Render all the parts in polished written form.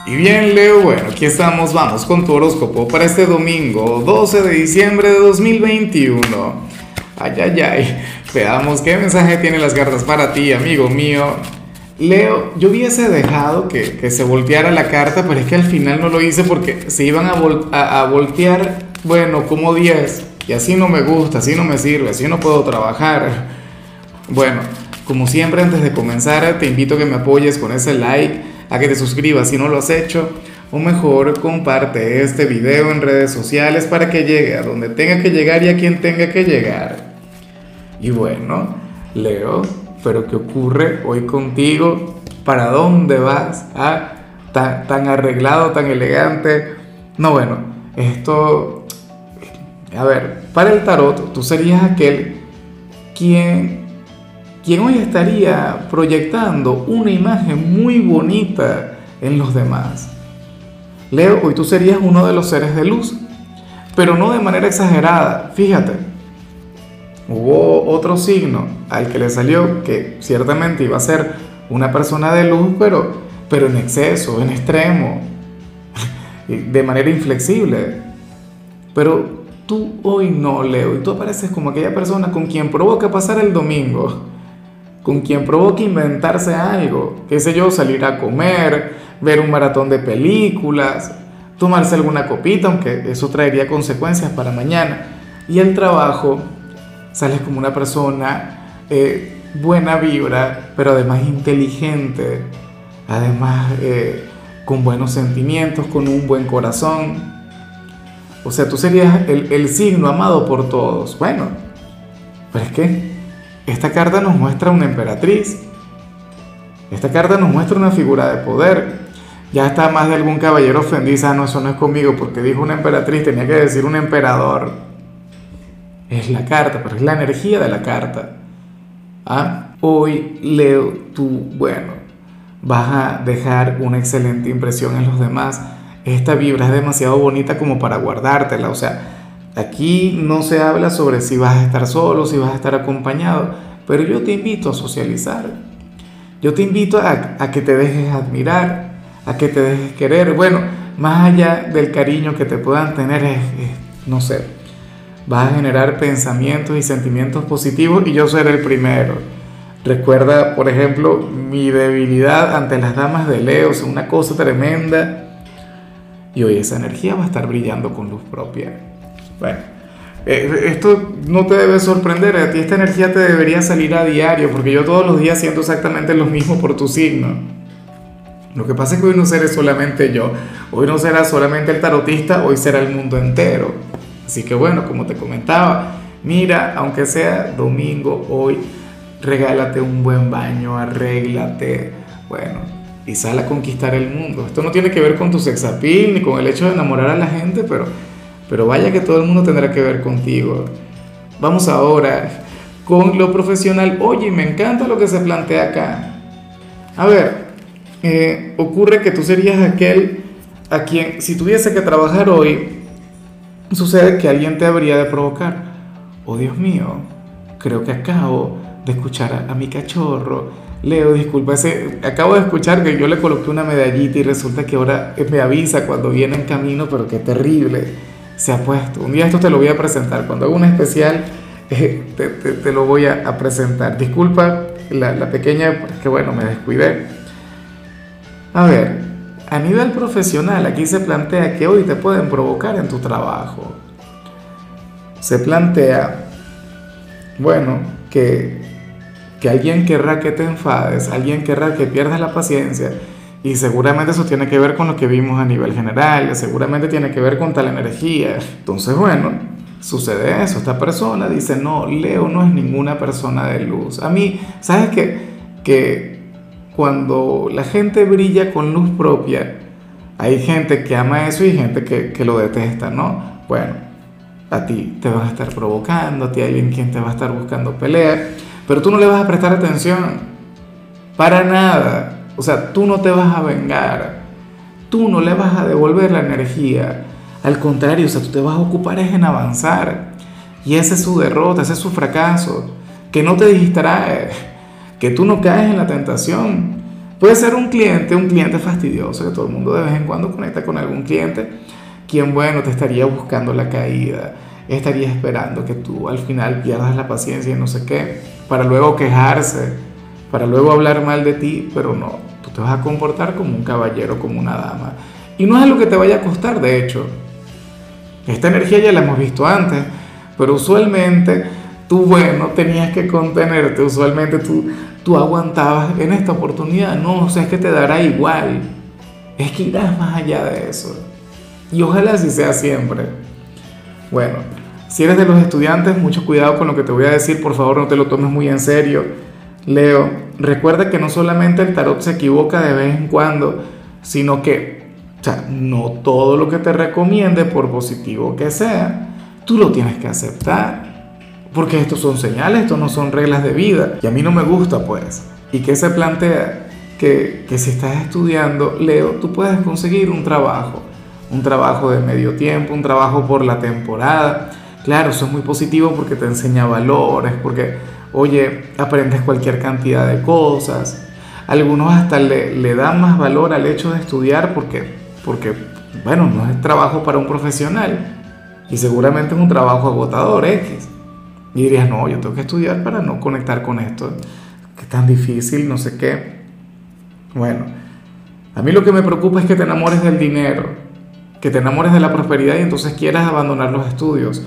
Y bien, Leo, bueno, aquí estamos, vamos con tu horóscopo para este domingo, 12 de diciembre de 2021. Ay, ay, ay, veamos qué mensaje tienen las cartas para ti, amigo mío. Leo, yo hubiese dejado que se volteara la carta, pero es que al final no lo hice porque se iban a voltear, bueno, como 10, y así no me gusta, así no me sirve, así no puedo trabajar. Bueno, como siempre, antes de comenzar, te invito a que me apoyes con ese like, a que te suscribas si no lo has hecho, o mejor, comparte este video en redes sociales para que llegue a donde tenga que llegar y a quien tenga que llegar. Y bueno, Leo, ¿pero qué ocurre hoy contigo? ¿Para dónde vas? ¿Ah? Tan arreglado, tan elegante. No, bueno, esto... A ver, para el tarot, tú serías aquel quien hoy estaría proyectando una imagen muy bonita en los demás. Leo, hoy tú serías uno de los seres de luz, pero no de manera exagerada. Fíjate, hubo otro signo al que le salió que ciertamente iba a ser una persona de luz, pero en exceso, en extremo, de manera inflexible. Pero tú hoy no, Leo, y tú apareces como aquella persona con quien provoca pasar el domingo, con quien provoca inventarse algo, qué sé yo, salir a comer, ver un maratón de películas, tomarse alguna copita, aunque eso traería consecuencias para mañana. Y el trabajo, sales como una persona buena vibra, pero además inteligente, además con buenos sentimientos, con un buen corazón. O sea, tú serías el signo amado por todos. Bueno, pero es que esta carta nos muestra una emperatriz. Esta carta nos muestra una figura de poder. Ya está más de algún caballero ofendido. Ah, no, eso no es conmigo, porque dijo una emperatriz, tenía que decir un emperador. Es la carta, pero es la energía de la carta. ¿Ah? Hoy, Leo, tú, bueno, vas a dejar una excelente impresión en los demás. Esta vibra es demasiado bonita como para guardártela. O sea, aquí no se habla sobre si vas a estar solo, si vas a estar acompañado, pero yo te invito a socializar. Yo te invito a que te dejes admirar, a que te dejes querer. Bueno, más allá del cariño que te puedan tener, no sé, vas a generar pensamientos y sentimientos positivos y yo seré el primero. Recuerda, por ejemplo, mi debilidad ante las damas de Leo, es una cosa tremenda. Y hoy esa energía va a estar brillando con luz propia. Bueno, esto no te debe sorprender, a ti esta energía te debería salir a diario, porque yo todos los días siento exactamente lo mismo por tu signo. Lo que pasa es que hoy no seré solamente yo, hoy no será solamente el tarotista, hoy será el mundo entero. Así que bueno, como te comentaba, mira, aunque sea domingo, hoy regálate un buen baño, arréglate, bueno, y sal a conquistar el mundo. Esto no tiene que ver con tu sex appeal ni con el hecho de enamorar a la gente, pero vaya que todo el mundo tendrá que ver contigo. Vamos ahora con lo profesional. Oye, me encanta lo que se plantea acá. A ver, ocurre que tú serías aquel a quien, si tuviese que trabajar hoy, sucede que alguien te habría de provocar. Oh, Dios mío, creo que acabo de escuchar a mi cachorro. Leo, disculpa, acabo de escuchar que yo le coloqué una medallita y resulta que ahora me avisa cuando viene en camino, pero qué terrible se ha puesto. Un día esto te lo voy a presentar, cuando hago un especial te lo voy a presentar. Disculpa la pequeña, que bueno, me descuidé. A ver, a nivel profesional, aquí se plantea que hoy te pueden provocar en tu trabajo. Se plantea, bueno, que alguien querrá que te enfades, alguien querrá que pierdas la paciencia, y seguramente eso tiene que ver con lo que vimos a nivel general, seguramente tiene que ver con tal energía. Entonces, bueno, sucede eso, esta persona dice, no, Leo no es ninguna persona de luz. A mí, ¿sabes qué? Que cuando la gente brilla con luz propia, hay gente que ama eso y gente que lo detesta, ¿no? Bueno, a ti te van a estar provocando, a ti hay alguien quien te va a estar buscando pelear, pero tú no le vas a prestar atención, para nada. O sea, tú no te vas a vengar, tú no le vas a devolver la energía, al contrario, o sea, tú te vas a ocupar es en avanzar, y esa es su derrota, ese es su fracaso, que no te distrae, que tú no caes en la tentación, Puede ser un cliente fastidioso, que todo el mundo de vez en cuando conecta con algún cliente, quien, bueno, te estaría buscando la caída, estaría esperando que tú al final pierdas la paciencia y no sé qué, para luego quejarse, para luego hablar mal de ti, pero no, tú te vas a comportar como un caballero, como una dama. Y no es algo que te vaya a costar, de hecho. Esta energía ya la hemos visto antes, pero usualmente tú, bueno, tenías que contenerte, usualmente tú aguantabas. En esta oportunidad no, o sea, es que te dará igual, es que irás más allá de eso. Y ojalá así sea siempre. Bueno, si eres de los estudiantes, mucho cuidado con lo que te voy a decir, por favor no te lo tomes muy en serio. Leo, recuerda que no solamente el tarot se equivoca de vez en cuando, sino que, o sea, no todo lo que te recomiende, por positivo que sea, tú lo tienes que aceptar. Porque estos son señales, estos no son reglas de vida. Y a mí no me gusta, pues. ¿Y qué se plantea? Que si estás estudiando, Leo, tú puedes conseguir un trabajo de medio tiempo, un trabajo por la temporada. Claro, eso es muy positivo porque te enseña valores, porque, oye, aprendes cualquier cantidad de cosas. Algunos hasta le dan más valor al hecho de estudiar porque, bueno, no es trabajo para un profesional y seguramente es un trabajo agotador, X. Y dirías, no, yo tengo que estudiar para no conectar con esto, que es tan difícil, no sé qué. Bueno, a mí lo que me preocupa es que te enamores del dinero, que te enamores de la prosperidad y entonces quieras abandonar los estudios.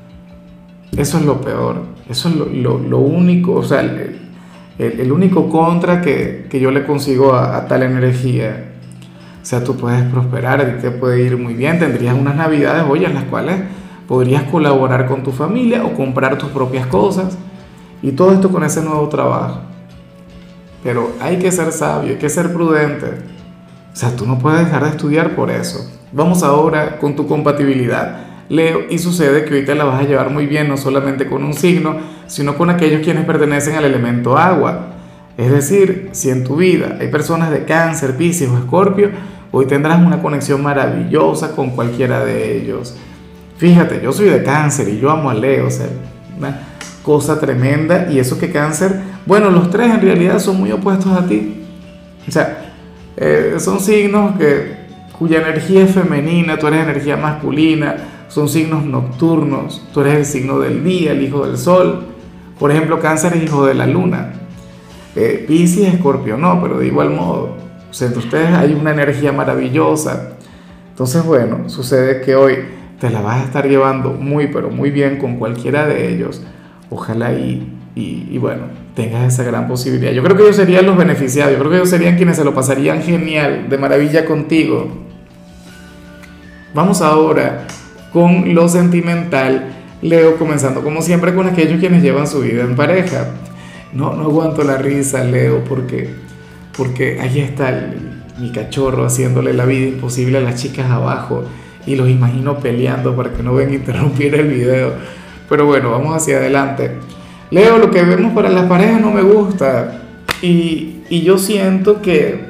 Eso es lo peor, eso es lo único, o sea, el único contra que yo le consigo a tal energía. O sea, tú puedes prosperar, a ti te puede ir muy bien, tendrías unas navidades, oye, en las cuales podrías colaborar con tu familia o comprar tus propias cosas y todo esto con ese nuevo trabajo. Pero hay que ser sabio, hay que ser prudente. O sea, tú no puedes dejar de estudiar por eso. Vamos ahora con tu compatibilidad, Leo, y sucede que hoy te la vas a llevar muy bien, no solamente con un signo, sino con aquellos quienes pertenecen al elemento agua. Es decir, si en tu vida hay personas de Cáncer, Piscis o Escorpio, hoy tendrás una conexión maravillosa con cualquiera de ellos. Fíjate, yo soy de Cáncer y yo amo a Leo, o sea, una cosa tremenda. Y eso que Cáncer, bueno, los tres en realidad son muy opuestos a ti. O sea, son signos cuya energía es femenina, tú eres energía masculina, son signos nocturnos, tú eres el signo del día, el hijo del sol. Por ejemplo, Cáncer es hijo de la luna, Piscis, Escorpio no, pero de igual modo, o sea, entre ustedes hay una energía maravillosa. Entonces, bueno, sucede que hoy te la vas a estar llevando muy, pero muy bien con cualquiera de ellos. Ojalá y bueno, tengas esa gran posibilidad. Yo creo que ellos serían los beneficiados, yo creo que ellos serían quienes se lo pasarían genial, de maravilla contigo. Vamos ahora con lo sentimental, Leo, comenzando como siempre con aquellos quienes llevan su vida en pareja. No aguanto la risa, Leo, porque ahí está mi cachorro haciéndole la vida imposible a las chicas abajo y los imagino peleando para que no vengan a interrumpir el video. Pero bueno, vamos hacia adelante. Leo, lo que vemos para las parejas no me gusta y yo siento que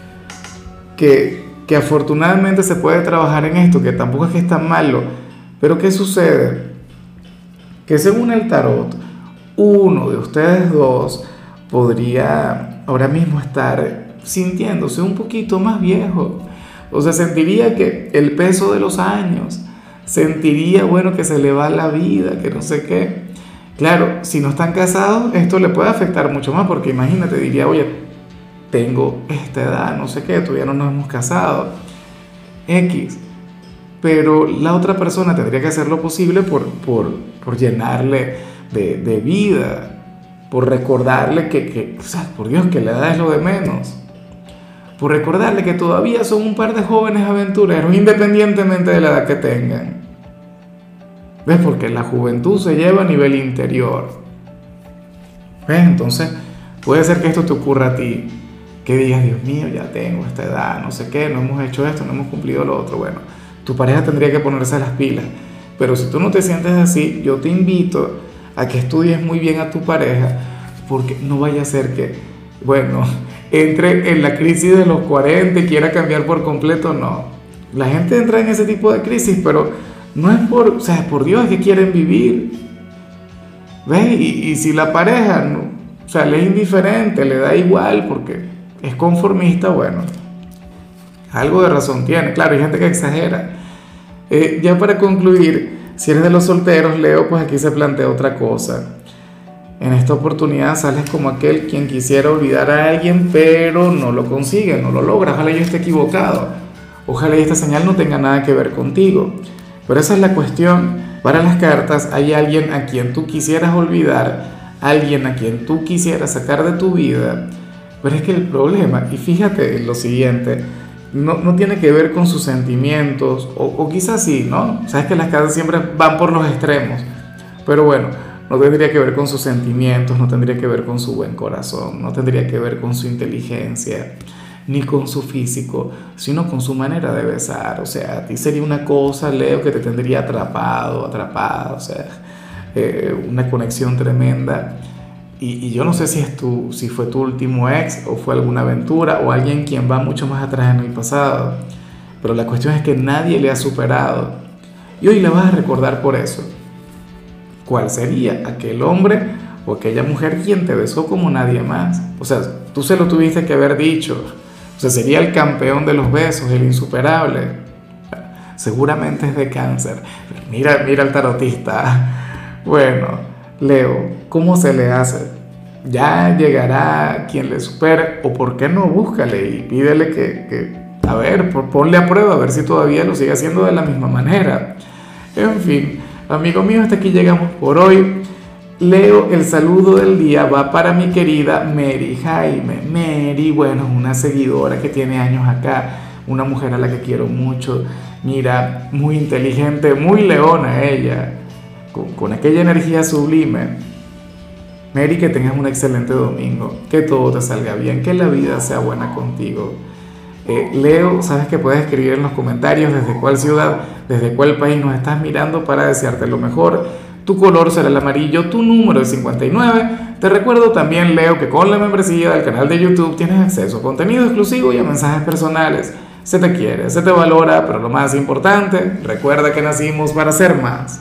afortunadamente se puede trabajar en esto, que tampoco es que es tan malo. Pero ¿qué sucede? Que según el tarot, uno de ustedes dos podría ahora mismo estar sintiéndose un poquito más viejo. O sea, sentiría que el peso de los años, sentiría, bueno, que se le va la vida, que no sé qué. Claro, si no están casados, esto le puede afectar mucho más, porque imagínate, diría, oye, tengo esta edad, no sé qué, todavía no nos hemos casado, X. Pero la otra persona tendría que hacer lo posible por llenarle de vida, por recordarle o sea, por Dios, que la edad es lo de menos. Por recordarle que todavía son un par de jóvenes aventureros, independientemente de la edad que tengan. ¿Ves? Porque la juventud se lleva a nivel interior. ¿Ves? Entonces, puede ser que esto te ocurra a ti, que digas, Dios mío, ya tengo esta edad, no sé qué, no hemos hecho esto, no hemos cumplido lo otro. Bueno, tu pareja tendría que ponerse las pilas. Pero si tú no te sientes así, yo te invito a que estudies muy bien a tu pareja, porque no vaya a ser que, bueno, entre en la crisis de los 40 y quiera cambiar por completo. No, la gente entra en ese tipo de crisis, pero no es o sea, es por Dios, que quieren vivir. ¿Ves? Y si la pareja, no, o sea, le es indiferente, le da igual, porque es conformista, bueno, algo de razón tiene. Claro, hay gente que exagera. Ya para concluir, si eres de los solteros, Leo, pues aquí se plantea otra cosa. En esta oportunidad sales como aquel quien quisiera olvidar a alguien, pero no lo consigue, no lo logra. Ojalá yo esté equivocado. Ojalá esta señal no tenga nada que ver contigo. Pero esa es la cuestión. Para las cartas hay alguien a quien tú quisieras olvidar, alguien a quien tú quisieras sacar de tu vida. Pero es que el problema, y fíjate en lo siguiente, no tiene que ver con sus sentimientos, o quizás sí, ¿no? Sabes que las cartas siempre van por los extremos. Pero bueno, no tendría que ver con sus sentimientos, no tendría que ver con su buen corazón, no tendría que ver con su inteligencia, ni con su físico, sino con su manera de besar. O sea, a ti sería una cosa, Leo, que te tendría atrapado, atrapada, o sea, una conexión tremenda. Y yo no sé si fue tu último ex o fue alguna aventura o alguien quien va mucho más atrás en el pasado. Pero la cuestión es que nadie le ha superado. Y hoy le vas a recordar por eso. ¿Cuál sería aquel hombre o aquella mujer quien te besó como nadie más? O sea, tú se lo tuviste que haber dicho. O sea, sería el campeón de los besos, el insuperable. Seguramente es de Cáncer. Mira el tarotista. Bueno, Leo, ¿cómo se le hace? Ya llegará quien le supere, o por qué no, búscale y pídele a ver, ponle a prueba, a ver si todavía lo sigue haciendo de la misma manera. En fin, amigo mío, hasta aquí llegamos por hoy. Leo, el saludo del día va para mi querida Mary Jaime. Mary, bueno, una seguidora que tiene años acá, una mujer a la que quiero mucho. Mira, muy inteligente, muy leona ella, con aquella energía sublime. Mary, que tengas un excelente domingo, que todo te salga bien, que la vida sea buena contigo. Leo, sabes que puedes escribir en los comentarios desde cuál ciudad, desde cuál país nos estás mirando para desearte lo mejor. Tu color será el amarillo, tu número es 59. Te recuerdo también, Leo, que con la membresía del canal de YouTube tienes acceso a contenido exclusivo y a mensajes personales. Se te quiere, se te valora, pero lo más importante, recuerda que nacimos para ser más.